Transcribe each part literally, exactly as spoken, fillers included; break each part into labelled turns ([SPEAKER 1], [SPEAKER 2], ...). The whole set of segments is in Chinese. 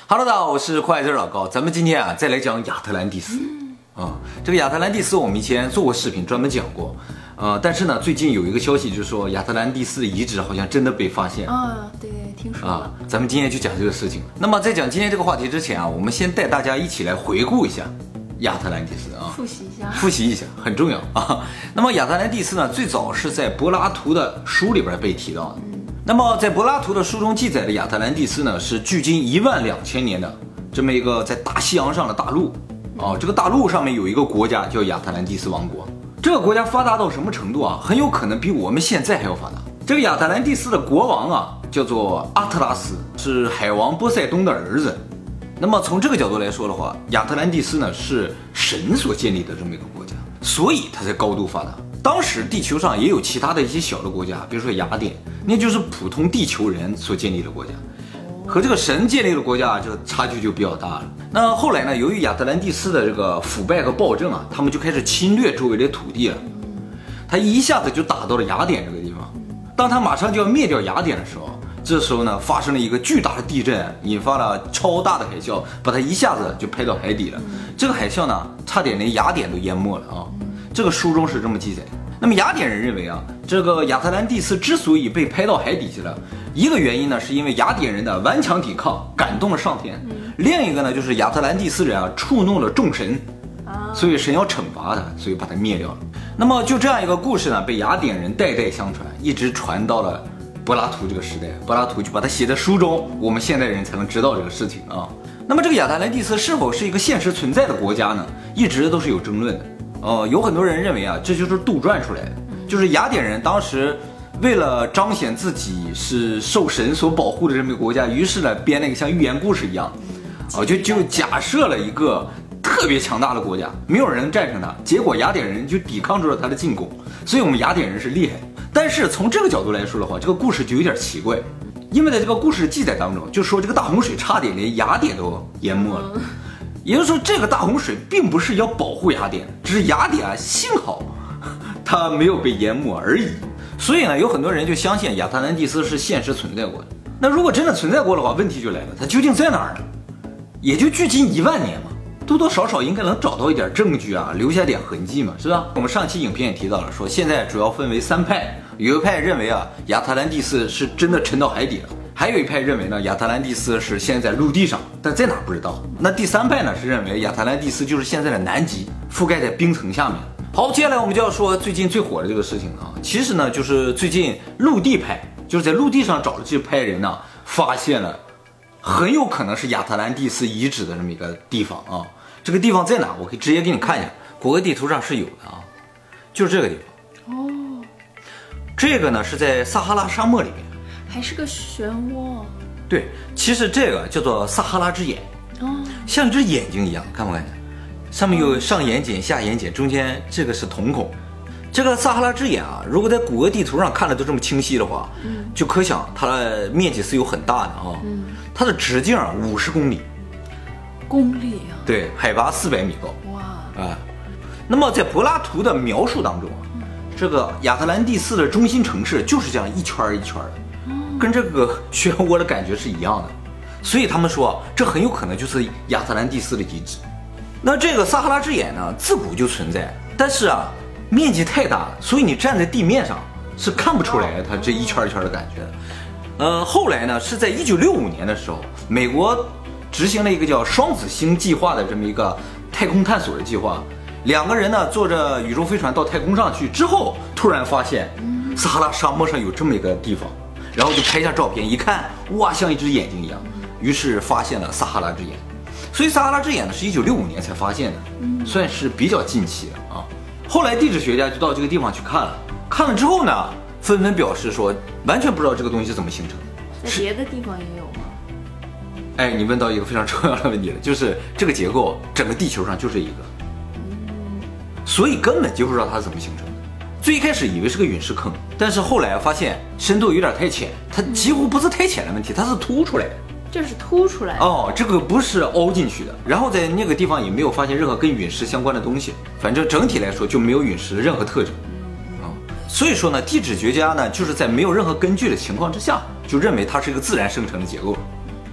[SPEAKER 1] Hello， 大家好，我是快字老高。咱们今天啊，再来讲亚特兰蒂斯。啊、嗯，这个亚特兰蒂斯我们以前做过视频，专门讲过。呃，但是呢，最近有一个消息，就是说亚特兰蒂斯的遗址好像真的被发现。
[SPEAKER 2] 啊，对对，听说了。
[SPEAKER 1] 啊，咱们今天就讲这个事情。那么在讲今天这个话题之前啊，我们先带大家一起来回顾一下亚特兰蒂斯啊，
[SPEAKER 2] 复习一下，
[SPEAKER 1] 复习一下很重要啊。那么亚特兰蒂斯呢，最早是在柏拉图的书里边被提到的。嗯、那么在柏拉图的书中记载的亚特兰蒂斯呢，是距今一万两千年的这么一个在大西洋上的大陆。哦，这个大陆上面有一个国家叫亚特兰蒂斯王国，这个国家发达到什么程度啊？很有可能比我们现在还要发达。这个亚特兰蒂斯的国王啊，叫做阿特拉斯，是海王波塞冬的儿子。那么从这个角度来说的话，亚特兰蒂斯呢是神所建立的这么一个国家，所以它才高度发达。当时地球上也有其他的一些小的国家，比如说雅典，那就是普通地球人所建立的国家。和这个神建立的国家，这个差距就比较大了。那后来呢，由于亚特兰蒂斯的这个腐败和暴政啊，他们就开始侵略周围的土地了。他一下子就打到了雅典这个地方。当他马上就要灭掉雅典的时候，这时候呢，发生了一个巨大的地震，引发了超大的海啸，把它一下子就拍到海底了。这个海啸呢，差点连雅典都淹没了啊。这个书中是这么记载的。那么雅典人认为啊，这个亚特兰蒂斯之所以被拍到海底去了，一个原因呢，是因为雅典人的顽强抵抗感动了上天；另一个呢，就是亚特兰蒂斯人啊触怒了众神，所以神要惩罚他，所以把他灭掉了。那么就这样一个故事呢，被雅典人代代相传，一直传到了柏拉图这个时代。柏拉图就把它写在书中，我们现代人才能知道这个事情啊。那么这个亚特兰蒂斯是否是一个现实存在的国家呢？一直都是有争论的。呃，有很多人认为啊，这就是杜撰出来的，就是雅典人当时为了彰显自己是受神所保护的这么一个国家，于是呢编那个像寓言故事一样，啊、呃，就就假设了一个特别强大的国家，没有人能战胜它，结果雅典人就抵抗住了他的进攻，所以我们雅典人是厉害。但是从这个角度来说的话，这个故事就有点奇怪，因为在这个故事记载当中，就说这个大洪水差点连雅典都淹没了。也就是说，这个大洪水并不是要保护雅典，只是雅典啊，幸好它没有被淹没而已。所以呢，有很多人就相信亚特兰蒂斯是现实存在过的。那如果真的存在过的话，问题就来了，它究竟在哪儿呢？也就距今一万年嘛，多多少少应该能找到一点证据啊，留下点痕迹嘛，是吧？我们上期影片也提到了，说现在主要分为三派，有一派认为啊，亚特兰蒂斯是真的沉到海底了。还有一派认为呢，亚特兰蒂斯是现在在陆地上，但在哪儿不知道。那第三派呢是认为亚特兰蒂斯就是现在的南极，覆盖在冰层下面。好，接下来我们就要说最近最火的这个事情啊，其实呢就是最近陆地派，就是在陆地上找的这派人呢，发现了很有可能是亚特兰蒂斯遗址的这么一个地方啊。这个地方在哪？我可以直接给你看一下，谷歌地图上是有的啊，就是这个地方。哦，这个呢是在撒哈拉沙漠里面。
[SPEAKER 2] 还是个漩涡。
[SPEAKER 1] 对，其实这个叫做撒哈拉之眼，哦，像一只眼睛一样，看不看见？上面有上眼睑、下眼睑，中间这个是瞳孔。这个撒哈拉之眼啊，如果在谷歌地图上看的都这么清晰的话，嗯，就可想它的面积是有很大的啊。嗯，它的直径啊五十公里。
[SPEAKER 2] 公里啊？对，
[SPEAKER 1] 海拔四百米高。哇！啊，那么在柏拉图的描述当中啊，嗯、这个亚特兰蒂斯的中心城市就是这样一圈一圈的。跟这个漩涡的感觉是一样的，所以他们说这很有可能就是亚特兰蒂斯的遗址。那这个撒哈拉之眼呢，自古就存在，但是啊，面积太大，所以你站在地面上是看不出来它这一圈一圈的感觉的。呃，后来呢，是在一九六五年的时候，美国执行了一个叫双子星计划的这么一个太空探索的计划。两个人呢，坐着宇宙飞船到太空上去之后，突然发现撒哈拉沙漠上有这么一个地方。然后就拍下照片，一看，哇，像一只眼睛一样，于是发现了撒哈拉之眼。所以撒哈拉之眼呢，是一九六五年才发现的，算是比较近期的啊。后来地质学家就到这个地方去看了，看了之后呢，纷纷表示说，完全不知道这个东西是怎么形成的。
[SPEAKER 2] 在别的地方也有吗？
[SPEAKER 1] 哎，你问到一个非常重要的问题了，就是这个结构，整个地球上就这一个，所以根本就不知道它是怎么形成的。最一开始以为是个陨石坑，但是后来发现深度有点太浅，它几乎不是太浅的问题，它是凸出来的。
[SPEAKER 2] 这是凸出来的
[SPEAKER 1] 哦，这个不是凹进去的。然后在那个地方也没有发现任何跟陨石相关的东西，反正整体来说就没有陨石的任何特征。啊、嗯，所以说呢，地质学家呢就是在没有任何根据的情况之下，就认为它是一个自然生成的结构。啊，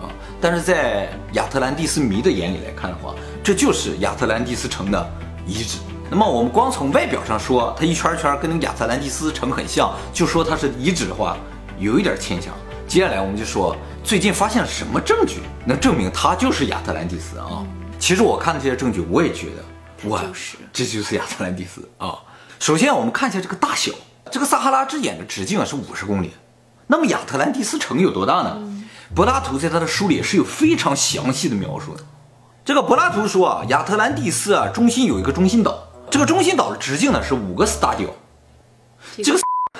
[SPEAKER 1] 但是在亚特兰蒂斯迷的眼里来看的话，这就是亚特兰蒂斯城的遗址。那么我们光从外表上说，它一圈圈跟那个亚特兰蒂斯城很像，就说它是遗址的话，有一点牵强。接下来我们就说，最近发现了什么证据能证明它就是亚特兰蒂斯啊？嗯、其实我看的这些证据，我也觉得，哇，
[SPEAKER 2] 就是
[SPEAKER 1] 这就是亚特兰蒂斯啊。首先我们看一下这个大小，这个撒哈拉之眼的直径啊是五十公里，那么亚特兰蒂斯城有多大呢？嗯、柏拉图在他的书里是有非常详细的描述的。这个柏拉图说啊，亚特兰蒂斯啊中心有一个中心岛，这个中心岛的直径呢是五个 stadio， 这个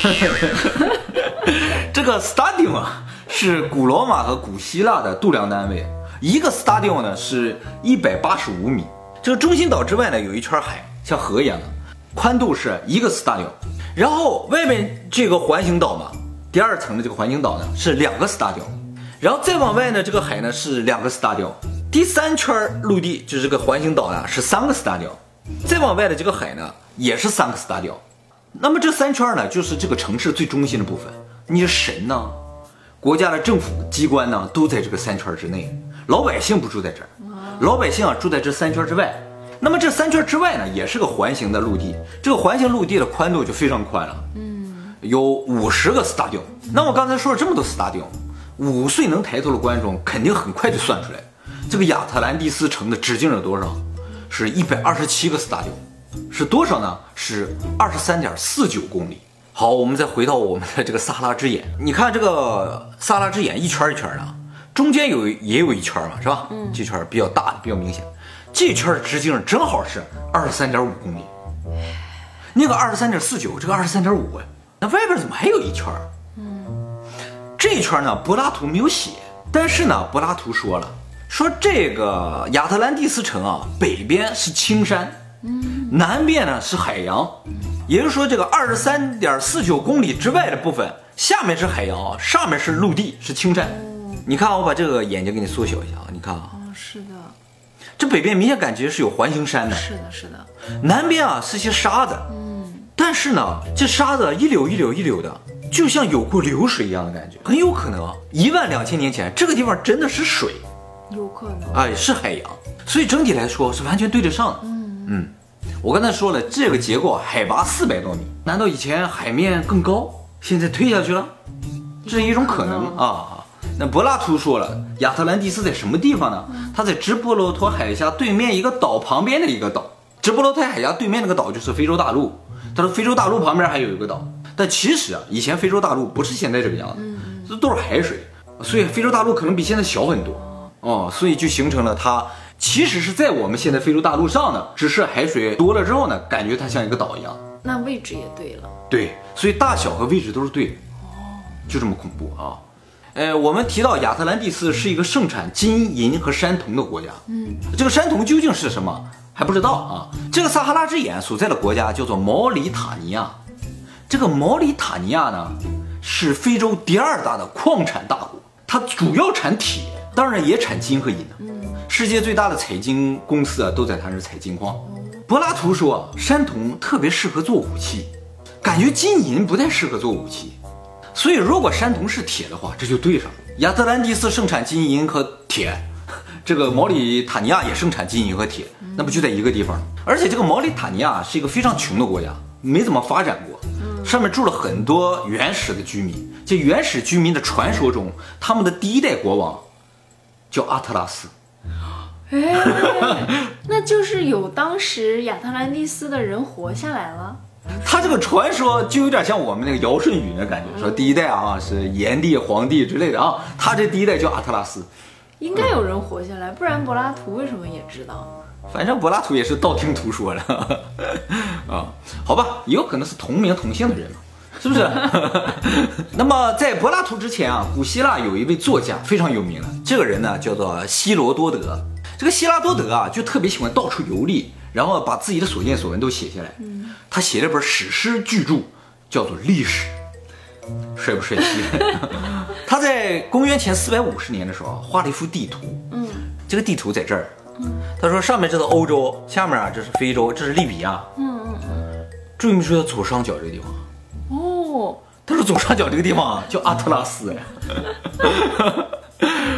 [SPEAKER 1] 这个 stadio 啊是古罗马和古希腊的度量单位，一个 stadio 呢是一百八十五米。这个中心岛之外呢有一圈海，像河一样的，宽度是一个 stadio， 然后外面这个环形岛嘛，第二层的这个环形岛呢是两个 stadio， 然后再往外呢这个海呢是两个 stadio， 第三圈陆地就是这个环形岛呢是三个 stadio， 再往外的这个海呢也是三个 stadio。 那么这三圈呢就是这个城市最中心的部分，你的神呢，国家的政府机关呢都在这个三圈之内，老百姓不住在这儿，老百姓啊住在这三圈之外。那么这三圈之外呢也是个环形的陆地，这个环形陆地的宽度就非常宽了，嗯，有五十个 stadio。 那我刚才说了这么多 stadio， 五岁能抬头的观众肯定很快就算出来，这个亚特兰蒂斯城的直径有多少？是一百二十七个 stadio， 是多少呢？是二十三点四九公里。好，我们再回到我们的这个撒哈拉之眼，你看这个撒哈拉之眼一圈一圈的，中间有也有一圈嘛，是吧？嗯，这圈比较大，比较明显。这圈的直径正好是二十三点五公里，那个二十三点四九，这个二十三点五，那外边怎么还有一圈？嗯，这一圈呢，柏拉图没有写，但是呢，柏拉图说了，说这个亚特兰蒂斯城啊，北边是青山，嗯，南边呢是海洋，也就是说，这个二十三点四九公里之外的部分，下面是海洋，上面是陆地，是青山。你看，我把这个眼睛给你缩小一下啊，你看啊，
[SPEAKER 2] 哦，是的。
[SPEAKER 1] 这北边明显感觉是有环形山的，
[SPEAKER 2] 是的，是的。
[SPEAKER 1] 南边啊是些沙子，嗯，但是呢，这沙子一绺一绺一绺的，就像有过流水一样的感觉，很有可能啊，一万两千年前这个地方真的是水，
[SPEAKER 2] 有可能，
[SPEAKER 1] 哎，是海洋，所以整体来说是完全对得上的。嗯嗯，我刚才说了，这个结构海拔四百多米，难道以前海面更高，现在退下去了？这是一种可能啊。那柏拉图说了，亚特兰蒂斯在什么地方呢？它在直布罗陀海峡对面一个岛旁边的一个岛。直布罗陀海峡对面那个岛就是非洲大陆，它的非洲大陆旁边还有一个岛。但其实啊，以前非洲大陆不是现在这个样子，这都是海水，所以非洲大陆可能比现在小很多哦，所以就形成了它其实是在我们现在非洲大陆上的，只是海水多了之后呢，感觉它像一个岛一样。
[SPEAKER 2] 那位置也对了，
[SPEAKER 1] 对，所以大小和位置都是对的，哦，就这么恐怖啊。呃，我们提到亚特兰蒂斯是一个盛产金银和山铜的国家，嗯，这个山铜究竟是什么还不知道啊。这个撒哈拉之眼所在的国家叫做毛里塔尼亚，这个毛里塔尼亚呢是非洲第二大的矿产大国，它主要产铁，当然也产金和银的，嗯，世界最大的采金公司啊都在它这采金矿。柏拉图说山铜特别适合做武器，感觉金银不太适合做武器。所以如果山铜是铁的话，这就对上了。亚特兰蒂斯盛产金银和铁，这个毛里塔尼亚也盛产金银和铁，那不就在一个地方？而且这个毛里塔尼亚是一个非常穷的国家，没怎么发展过，上面住了很多原始的居民。这原始居民的传说中，他们的第一代国王叫阿特拉斯。
[SPEAKER 2] 哎，那就是有当时亚特兰蒂斯的人活下来了。
[SPEAKER 1] 他这个传说就有点像我们那个尧舜禹的感觉，说第一代啊是炎帝、黄帝之类的啊，他这第一代叫阿特拉斯，
[SPEAKER 2] 应该有人活下来，不然柏拉图为什么也知道？
[SPEAKER 1] 反正柏拉图也是道听途说的啊，好吧，也有可能是同名同姓的人嘛，是不是？那么在柏拉图之前啊，古希腊有一位作家非常有名的，这个人呢叫做希罗多德。这个希拉多德啊，就特别喜欢到处游历，然后把自己的所见所闻都写下来。嗯，他写了本史诗巨著，叫做《历史》，帅不帅气？他在公元前四百五十年的时候画了一幅地图。嗯，这个地图在这儿。嗯，他说上面这是欧洲，下面啊这是非洲，这是利比亚。嗯嗯嗯。注意没注意到左上角这个地方？哦，他说左上角这个地方啊叫阿特拉斯。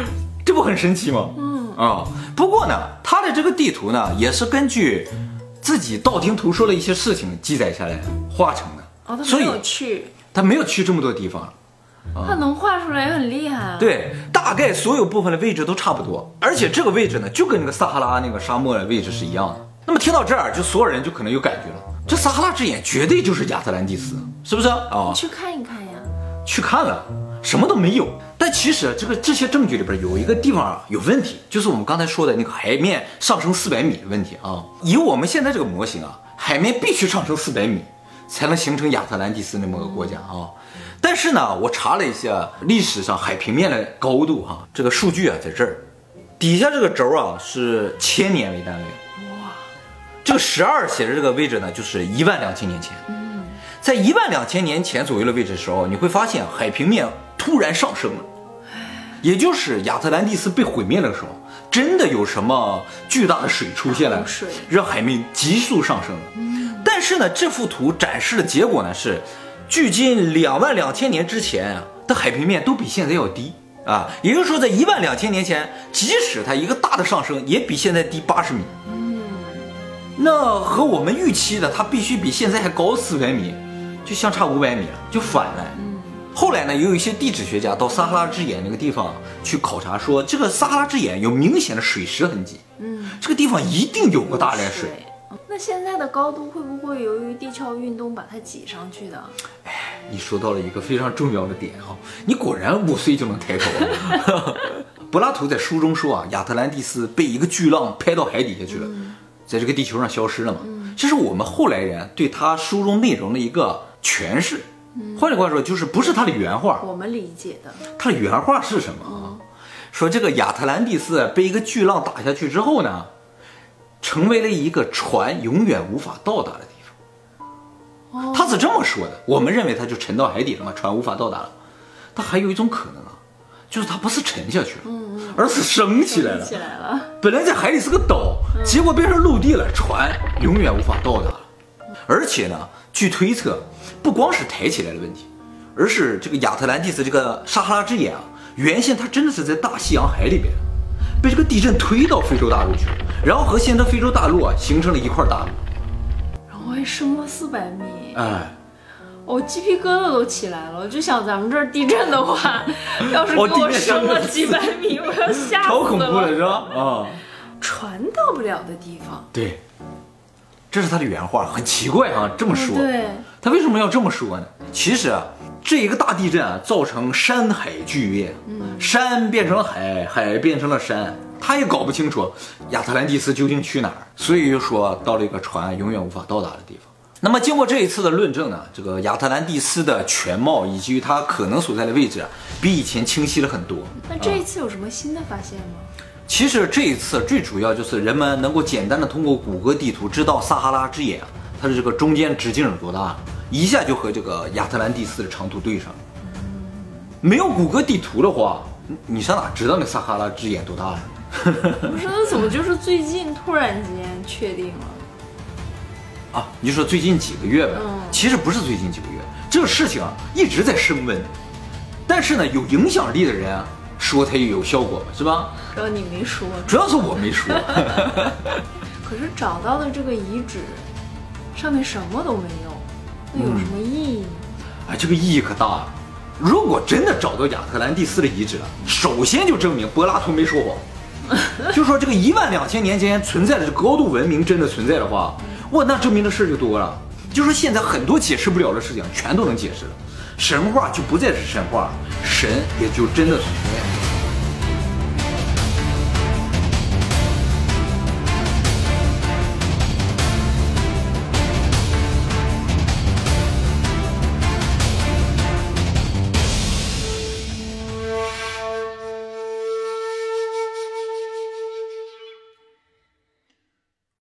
[SPEAKER 1] 这不很神奇吗？嗯啊、哦，不过呢，他的这个地图呢，也是根据自己道听途说的一些事情记载下来画成的。
[SPEAKER 2] 哦，他没有去，
[SPEAKER 1] 他没有去这么多地方。
[SPEAKER 2] 他能画出来也很厉害啊。
[SPEAKER 1] 对，大概所有部分的位置都差不多，而且这个位置呢，就跟那个撒哈拉那个沙漠的位置是一样的。那么听到这儿，就所有人就可能有感觉了，这撒哈拉之眼绝对就是亚特兰蒂斯，是不是啊？
[SPEAKER 2] 哦、去看一看呀。
[SPEAKER 1] 去看了，什么都没有。但其实这个这些证据里边有一个地方啊有问题，就是我们刚才说的那个海面上升四百米的问题啊。以我们现在这个模型啊，海面必须上升四百米，才能形成亚特兰蒂斯那么个国家啊。但是呢，我查了一下历史上海平面的高度哈、啊，这个数据啊在这儿，底下这个轴啊是千年为单位，哇，这个十二写的这个位置呢就是一万两千年前，嗯，在一万两千年前左右的位置的时候，你会发现海平面突然上升了，也就是亚特兰蒂斯被毁灭的时候，真的有什么巨大的水出现了，让海面急速上升了。嗯，但是呢，这幅图展示的结果呢是。距今两万两千年之前啊的海平面都比现在要低啊，也就是说，在一万两千年前，即使它一个大的上升，也比现在低八十米。嗯，那和我们预期的它必须比现在还高四百米，就相差五百米了，就反了。嗯，后来呢，也有一些地质学家到撒哈拉之眼那个地方去考察，说这个撒哈拉之眼有明显的水蚀痕迹。嗯，这个地方一定有过大量水。
[SPEAKER 2] 那现在的高度会不会由于地壳运动把它挤上去的？
[SPEAKER 1] 哎，你说到了一个非常重要的点哈、哦，你果然五岁就能抬头。柏拉图在书中说啊，亚特兰蒂斯被一个巨浪拍到海底下去了，嗯、在这个地球上消失了嘛。嗯、这是我们后来人对他书中内容的一个诠释。嗯、换句话说，就是不是他的原话，
[SPEAKER 2] 我们理解的。
[SPEAKER 1] 他的原话是什么啊？嗯、说这个亚特兰蒂斯被一个巨浪打下去之后呢？成为了一个船永远无法到达的地方。他是这么说的，我们认为他就沉到海底了嘛，船无法到达了。但还有一种可能啊，就是他不是沉下去了，嗯嗯、而是升起来了。
[SPEAKER 2] 升起来了。
[SPEAKER 1] 本来在海里是个岛，嗯、结果变成陆地了，船永远无法到达了。而且呢，据推测，不光是抬起来的问题，而是这个亚特兰蒂斯这个撒哈拉之眼啊，原先它真的是在大西洋海里边。被这个地震推到非洲大陆去了，然后和现在非洲大陆啊形成了一块大陆，
[SPEAKER 2] 然后还升了四百米。
[SPEAKER 1] 哎，
[SPEAKER 2] 我、哦、鸡皮疙瘩都起来了。我就想咱们这儿地震的话，要是给我升了几百米，我要吓死了。
[SPEAKER 1] 超恐怖了是吧？啊、哦，
[SPEAKER 2] 船到不了的地方。
[SPEAKER 1] 对，这是他的原话，很奇怪啊，这么说。
[SPEAKER 2] 嗯、对，
[SPEAKER 1] 他为什么要这么说呢？其实啊。这一个大地震啊，造成山海剧变，嗯、山变成了海，海变成了山，他也搞不清楚亚特兰蒂斯究竟去哪儿，所以就说到了一个船永远无法到达的地方。那么经过这一次的论证呢，这个亚特兰蒂斯的全貌以及它可能所在的位置啊，比以前清晰了很多。
[SPEAKER 2] 那这一次有什么新的发现吗？
[SPEAKER 1] 嗯、其实这一次最主要就是人们能够简单的通过谷歌地图知道撒哈拉之眼啊，它的这个中间直径有多大。一下就和这个亚特兰蒂斯的长度对上了。没有谷歌地图的话，你上哪知道那撒哈拉之眼多大呀？
[SPEAKER 2] 不是，那怎么就是最近突然间确定了？
[SPEAKER 1] 啊，你就说最近几个月呗。嗯、其实不是最近几个月，这个事情啊一直在升温。但是呢，有影响力的人啊说它也有效果嘛，是吧？
[SPEAKER 2] 主要你没说，
[SPEAKER 1] 主要是我没说。
[SPEAKER 2] 可是找到的这个遗址上面什么都没有。那有什么意义呢？
[SPEAKER 1] 哎、嗯，这个意义可大了。如果真的找到亚特兰蒂斯的遗址了，首先就证明柏拉图没说谎，就说这个一万两千年前存在的这高度文明真的存在的话，哇，那证明的事就多了。就说现在很多解释不了的事情全都能解释了，神话就不再是神话，神也就真的存在。